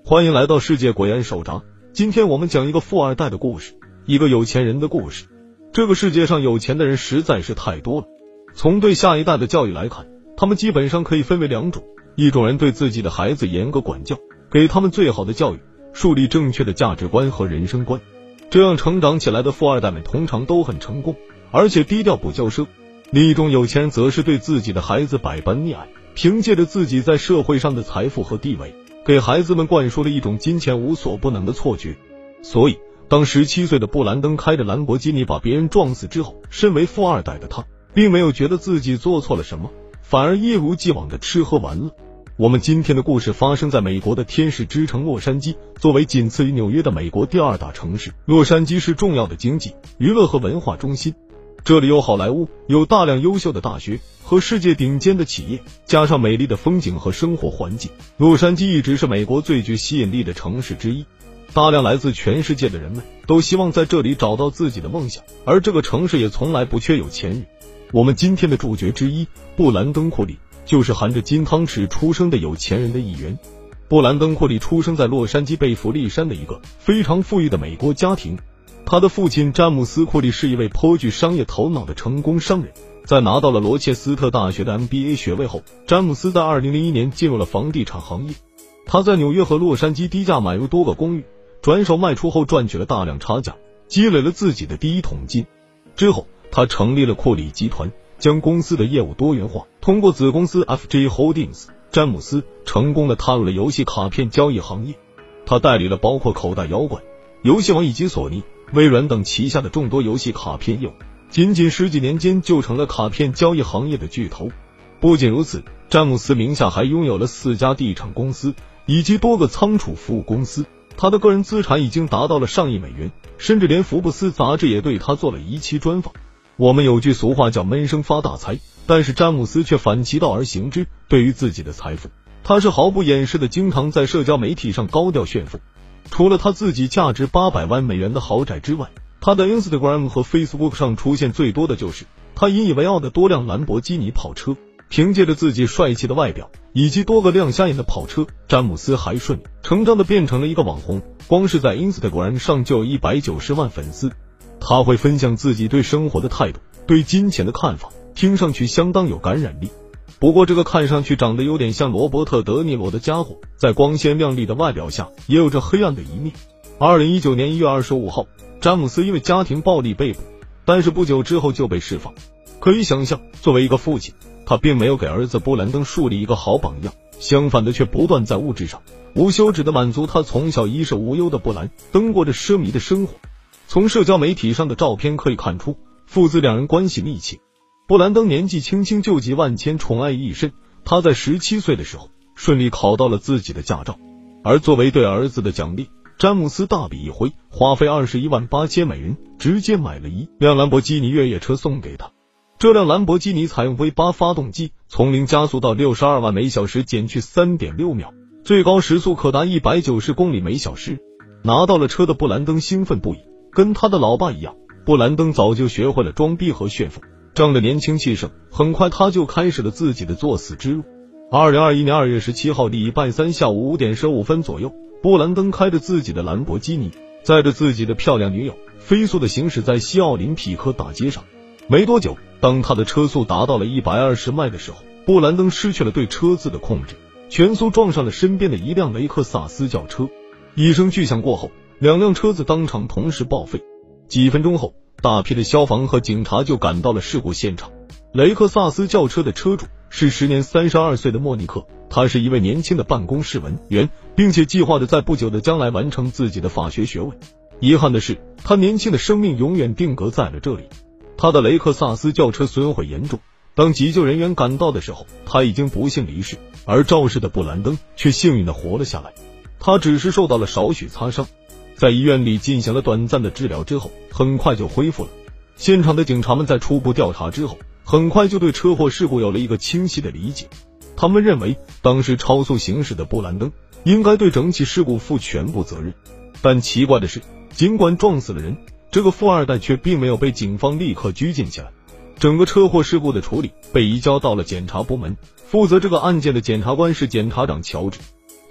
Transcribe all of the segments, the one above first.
欢迎来到世界鬼案手札。今天我们讲一个富二代的故事，一个有钱人的故事。这个世界上有钱的人实在是太多了。从对下一代的教育来看，他们基本上可以分为两种，一种人对自己的孩子严格管教，给他们最好的教育，树立正确的价值观和人生观，这样成长起来的富二代们通常都很成功，而且低调不骄奢。另一种有钱人则是对自己的孩子百般溺爱，凭借着自己在社会上的财富和地位，给孩子们灌输了一种金钱无所不能的错觉。所以当17岁的布兰登开着兰博基尼把别人撞死之后，身为富二代的他并没有觉得自己做错了什么，反而一如既往的吃喝玩乐。我们今天的故事发生在美国的天使之城洛杉矶。作为仅次于纽约的美国第二大城市，洛杉矶是重要的经济、娱乐和文化中心。这里有好莱坞，有大量优秀的大学和世界顶尖的企业，加上美丽的风景和生活环境，洛杉矶一直是美国最具吸引力的城市之一。大量来自全世界的人们都希望在这里找到自己的梦想，而这个城市也从来不缺有钱人。我们今天的主角之一，布兰登·库利，就是含着金汤匙出生的有钱人的一员。布兰登·库利出生在洛杉矶贝弗利山的一个非常富裕的美国家庭。他的父亲詹姆斯·库利是一位颇具商业头脑的成功商人。在拿到了罗切斯特大学的 MBA 学位后，詹姆斯在2001年进入了房地产行业。他在纽约和洛杉矶低价买入多个公寓，转手卖出后赚取了大量差价，积累了自己的第一桶金。之后他成立了库利集团，将公司的业务多元化，通过子公司 FJ Holdings， 詹姆斯成功地踏入了游戏卡片交易行业。他代理了包括口袋妖怪、游戏王以及索尼、微软等旗下的众多游戏卡片业务，仅仅10几年间就成了卡片交易行业的巨头。不仅如此，詹姆斯名下还拥有了4家地产公司以及多个仓储服务公司，他的个人资产已经达到了上亿美元，甚至连福布斯杂志也对他做了一期专访。我们有句俗话叫闷声发大财，但是詹姆斯却反其道而行之，对于自己的财富，他是毫不掩饰的，经常在社交媒体上高调炫富。除了他自己价值800万美元的豪宅之外，他的 Instagram 和 Facebook 上出现最多的就是他引以为傲的多辆兰博基尼跑车。凭借着自己帅气的外表以及多个亮瞎眼的跑车，詹姆斯还顺理成章的变成了一个网红，光是在 Instagram 上就有190万粉丝。他会分享自己对生活的态度，对金钱的看法，听上去相当有感染力。不过这个看上去长得有点像罗伯特·德尼罗的家伙，在光鲜亮丽的外表下也有着黑暗的一面。2019年1月25号，詹姆斯因为家庭暴力被捕，但是不久之后就被释放。可以想象，作为一个父亲，他并没有给儿子布兰登树立一个好榜样，相反的却不断在物质上无休止的满足他从小衣食无忧的布兰登过着奢靡的生活。从社交媒体上的照片可以看出，父子两人关系密切。布兰登年纪轻轻就集万千宠爱于一身，他在17岁的时候顺利考到了自己的驾照，而作为对儿子的奖励，詹姆斯大笔一挥，花费21万8千美元，直接买了一辆兰博基尼越野车送给他。这辆兰博基尼采用 V8 发动机，从0加速到62万每小时减去 3.6 秒，最高时速可达190公里每小时。拿到了车的布兰登兴奋不已，跟他的老爸一样，布兰登早就学会了装逼和炫富，仗着年轻气盛，很快他就开始了自己的作死之路。2021年2月17号礼拜三下午5点15分左右，布兰登开着自己的兰博基尼，载着自己的漂亮女友，飞速的行驶在西奥林匹克大街上。没多久，当他的车速达到了120迈的时候，布兰登失去了对车子的控制，全速撞上了身边的一辆雷克萨斯轿车。一声巨响过后，两辆车子当场同时报废。几分钟后，大批的消防和警察就赶到了事故现场。雷克萨斯轿车的车主是时年32岁的莫尼克，他是一位年轻的办公室文员，并且计划着在不久的将来完成自己的法学学位。遗憾的是，他年轻的生命永远定格在了这里。他的雷克萨斯轿车损毁严重，当急救人员赶到的时候，他已经不幸离世，而肇事的布兰登却幸运地活了下来。他只是受到了少许擦伤，在医院里进行了短暂的治疗之后，很快就恢复了。现场的警察们在初步调查之后，很快就对车祸事故有了一个清晰的理解。他们认为，当时超速行驶的布兰登应该对整起事故负全部责任。但奇怪的是，尽管撞死了人，这个富二代却并没有被警方立刻拘禁起来。整个车祸事故的处理被移交到了检察部门，负责这个案件的检察官是检察长乔治。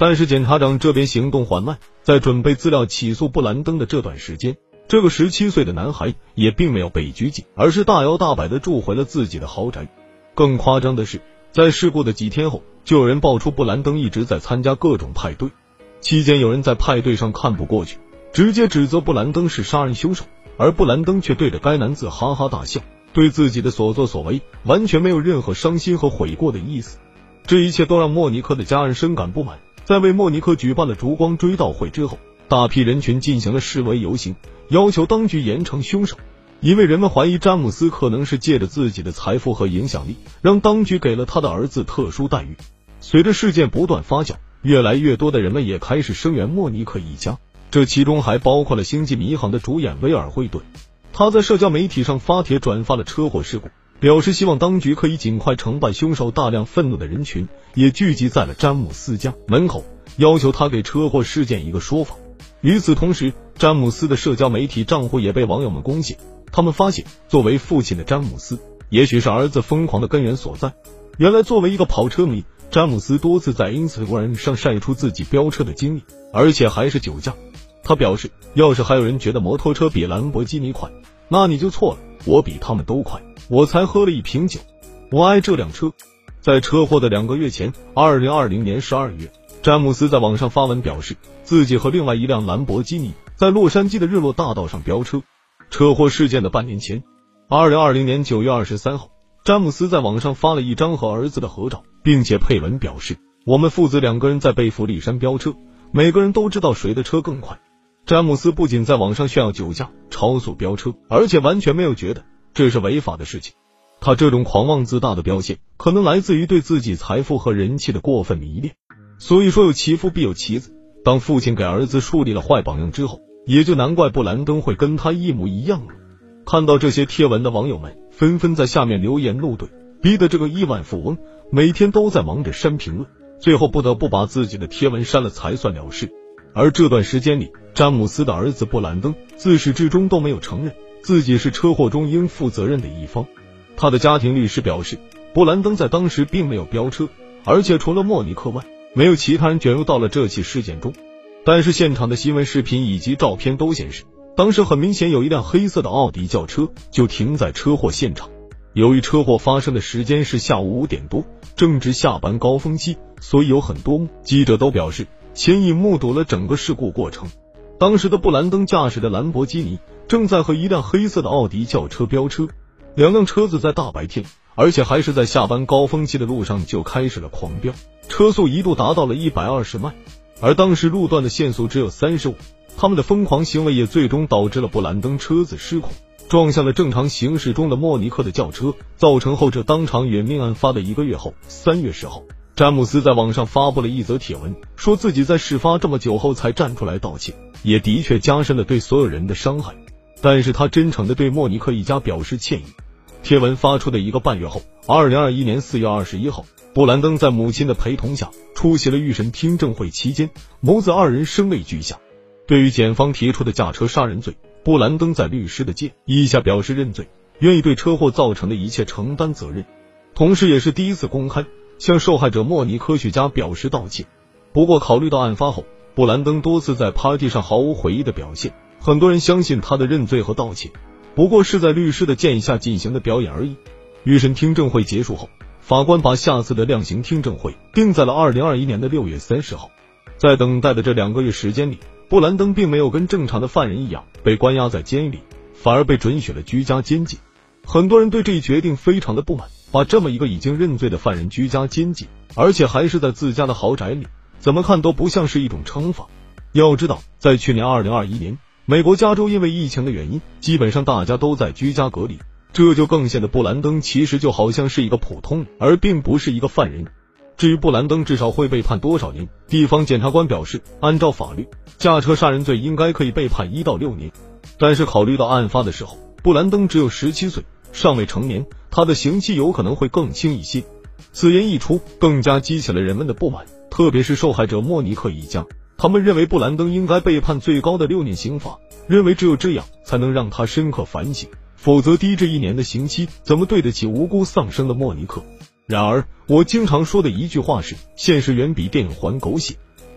但是检察长这边行动缓慢，在准备资料起诉布兰登的这段时间，这个17岁的男孩也并没有被拘禁，而是大摇大摆地住回了自己的豪宅。更夸张的是，在事故的几天后，就有人爆出布兰登一直在参加各种派对，期间有人在派对上看不过去，直接指责布兰登是杀人凶手，而布兰登却对着该男子哈哈大笑，对自己的所作所为完全没有任何伤心和悔过的意思。这一切都让莫尼克的家人深感不满，在为莫尼克举办了烛光追悼会之后，大批人群进行了示威游行，要求当局严惩凶手。因为人们怀疑詹姆斯可能是借着自己的财富和影响力，让当局给了他的儿子特殊待遇。随着事件不断发酵，越来越多的人们也开始声援莫尼克一家，这其中还包括了星际迷航的主演威尔惠顿。他在社交媒体上发帖转发了车祸事故，表示希望当局可以尽快惩办凶手。大量愤怒的人群也聚集在了詹姆斯家门口，要求他给车祸事件一个说法。与此同时，詹姆斯的社交媒体账户也被网友们攻陷，他们发现作为父亲的詹姆斯也许是儿子疯狂的根源所在。原来作为一个跑车迷，詹姆斯多次在 Instagram 上晒出自己飙车的经历，而且还是酒驾。他表示，要是还有人觉得摩托车比兰博基尼快，那你就错了，我比他们都快，我才喝了1瓶酒，我爱这辆车。在车祸的2个月前，2020年12月，詹姆斯在网上发文表示，自己和另外一辆兰博基尼在洛杉矶的日落大道上飙车。车祸事件的半年前，2020年9月23号，詹姆斯在网上发了一张和儿子的合照，并且配文表示，我们父子2个人在贝弗利山飙车，每个人都知道谁的车更快。詹姆斯不仅在网上炫耀酒驾、超速飙车，而且完全没有觉得这是违法的事情。他这种狂妄自大的表现，可能来自于对自己财富和人气的过分迷恋。所以说有其父必有其子，当父亲给儿子树立了坏榜样之后，也就难怪布兰登会跟他一模一样了。看到这些贴文的网友们纷纷在下面留言怒怼，逼得这个亿万富翁每天都在忙着删评论，最后不得不把自己的贴文删了才算了事。而这段时间里，詹姆斯的儿子布兰登自始至终都没有承认自己是车祸中应负责任的一方。他的家庭律师表示，布兰登在当时并没有飙车，而且除了莫尼克外，没有其他人卷入到了这起事件中。但是现场的新闻视频以及照片都显示，当时很明显有一辆黑色的奥迪轿车就停在车祸现场。由于车祸发生的时间是下午5点多，正值下班高峰期，所以有很多目击者都表示亲眼目睹了整个事故过程。当时的布兰登驾驶的兰博基尼正在和一辆黑色的奥迪轿车飙车，2辆车子在大白天，而且还是在下班高峰期的路上就开始了狂飙，车速一度达到了120迈，而当时路段的限速只有35，他们的疯狂行为也最终导致了布兰登车子失控，撞向了正常行驶中的莫尼克的轿车，造成后者当场殒命。案发的1个月后，3月10号，詹姆斯在网上发布了一则帖文，说自己在事发这么久后才站出来道歉，也的确加深了对所有人的伤害，但是他真诚地对莫尼克一家表示歉意。帖文发出的1个半月后，2021年4月21号，布兰登在母亲的陪同下出席了预审听证会，期间母子2人声泪俱下。对于检方提出的驾车杀人罪，布兰登在律师的建议下表示认罪，愿意对车祸造成的一切承担责任，同时也是第一次公开向受害者莫尼科学家表示道歉。不过考虑到案发后布兰登多次在 party 上毫无悔意的表现，很多人相信他的认罪和道歉不过是在律师的建议下进行的表演而已。预审听证会结束后，法官把下次的量刑听证会定在了2021年的6月30号。在等待的这2个月时间里，布兰登并没有跟正常的犯人一样被关押在监狱里，反而被准许了居家监禁。很多人对这一决定非常的不满，把这么一个已经认罪的犯人居家监禁，而且还是在自家的豪宅里，怎么看都不像是一种惩罚。要知道，在去年2021年，美国加州因为疫情的原因，基本上大家都在居家隔离，这就更显得布兰登其实就好像是一个普通人，而并不是一个犯人。至于布兰登至少会被判多少年，地方检察官表示，按照法律，驾车杀人罪应该可以被判1到6年。但是考虑到案发的时候，布兰登只有17岁，尚未成年，他的刑期有可能会更轻一些。此言一出，更加激起了人们的不满，特别是受害者莫尼克一家。他们认为布兰登应该被判最高的6年刑罚，认为只有这样才能让他深刻反省，否则低至1年的刑期怎么对得起无辜丧生的莫尼克。然而我经常说的一句话是，现实远比电影还狗血。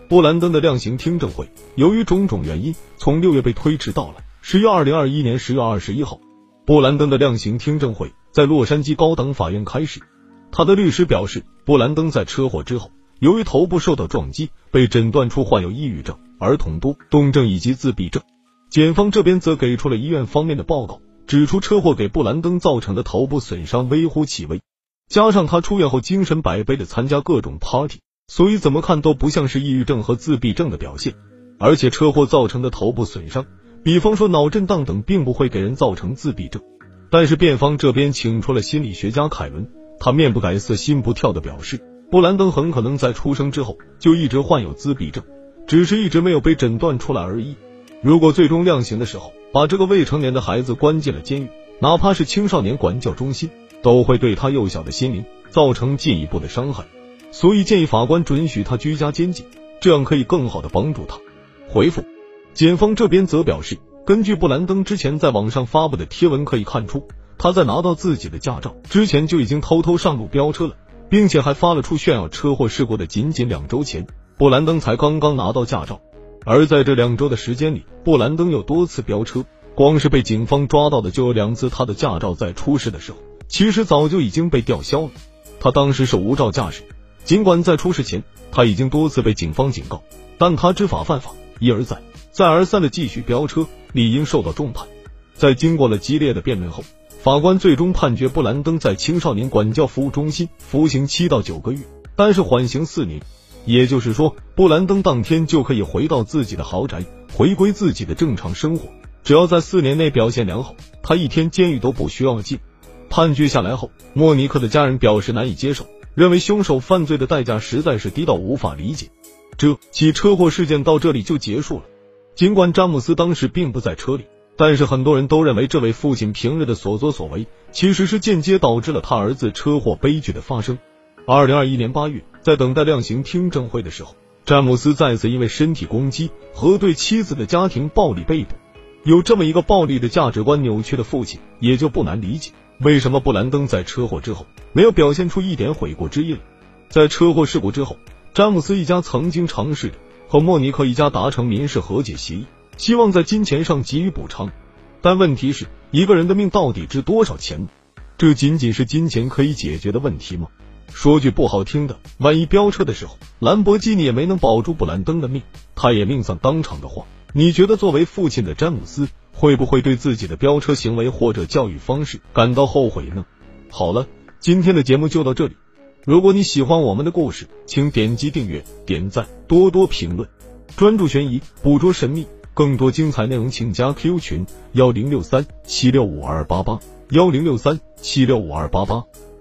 布兰登的量刑听证会由于种种原因，从6月被推迟到了10月2021年10月21号。布兰登的量刑听证会在洛杉矶高等法院开始。他的律师表示，布兰登在车祸之后，由于头部受到撞击，被诊断出患有抑郁症、儿童多动症以及自闭症。检方这边则给出了医院方面的报告，指出车祸给布兰登造成的头部损伤微乎其微，加上他出院后精神百倍的参加各种 party， 所以怎么看都不像是抑郁症和自闭症的表现。而且车祸造成的头部损伤，比方说脑震荡等，并不会给人造成自闭症。但是辩方这边请出了心理学家凯伦，他面不改色心不跳的表示，布兰登很可能在出生之后就一直患有自闭症，只是一直没有被诊断出来而已。如果最终量刑的时候把这个未成年的孩子关进了监狱，哪怕是青少年管教中心，都会对他幼小的心灵造成进一步的伤害。所以建议法官准许他居家监禁，这样可以更好的帮助他。回复检方这边则表示，根据布兰登之前在网上发布的贴文可以看出，他在拿到自己的驾照之前就已经偷偷上路飙车了，并且还发了出炫耀车祸事故的。仅2周前，布兰登才刚刚拿到驾照，而在这2周的时间里，布兰登有多次飙车，光是被警方抓到的就有2次。他的驾照在出事的时候其实早就已经被吊销了，他当时是无照驾驶。尽管在出事前他已经多次被警方警告，但他知法犯法，一而再再而三的继续飙车，理应受到重判。在经过了激烈的辩论后，法官最终判决布兰登在青少年管教服务中心服刑7到9个月，但是缓刑4年。也就是说，布兰登当天就可以回到自己的豪宅，回归自己的正常生活。只要在4年内表现良好，他一天监狱都不需要进。判决下来后，莫尼克的家人表示难以接受，认为凶手犯罪的代价实在是低到无法理解。这起车祸事件到这里就结束了。尽管詹姆斯当时并不在车里，但是很多人都认为这位父亲平日的所作所为其实是间接导致了他儿子车祸悲剧的发生。2021年8月，在等待量刑听证会的时候，詹姆斯再次因为身体攻击和对妻子的家庭暴力被捕。有这么一个暴力的价值观扭曲的父亲，也就不难理解为什么布兰登在车祸之后没有表现出一点悔过之意了。在车祸事故之后，詹姆斯一家曾经尝试着和莫尼克一家达成民事和解协议，希望在金钱上给予补偿。但问题是，一个人的命到底值多少钱呢？这仅仅是金钱可以解决的问题吗？说句不好听的，万一飙车的时候兰博基尼也没能保住布兰登的命，他也命丧当场的话，你觉得作为父亲的詹姆斯会不会对自己的飙车行为或者教育方式感到后悔呢？好了，今天的节目就到这里。如果你喜欢我们的故事，请点击订阅、点赞、多多评论，专注悬疑，捕捉神秘。更多精彩内容请加 Q 群1063765288，1063765288。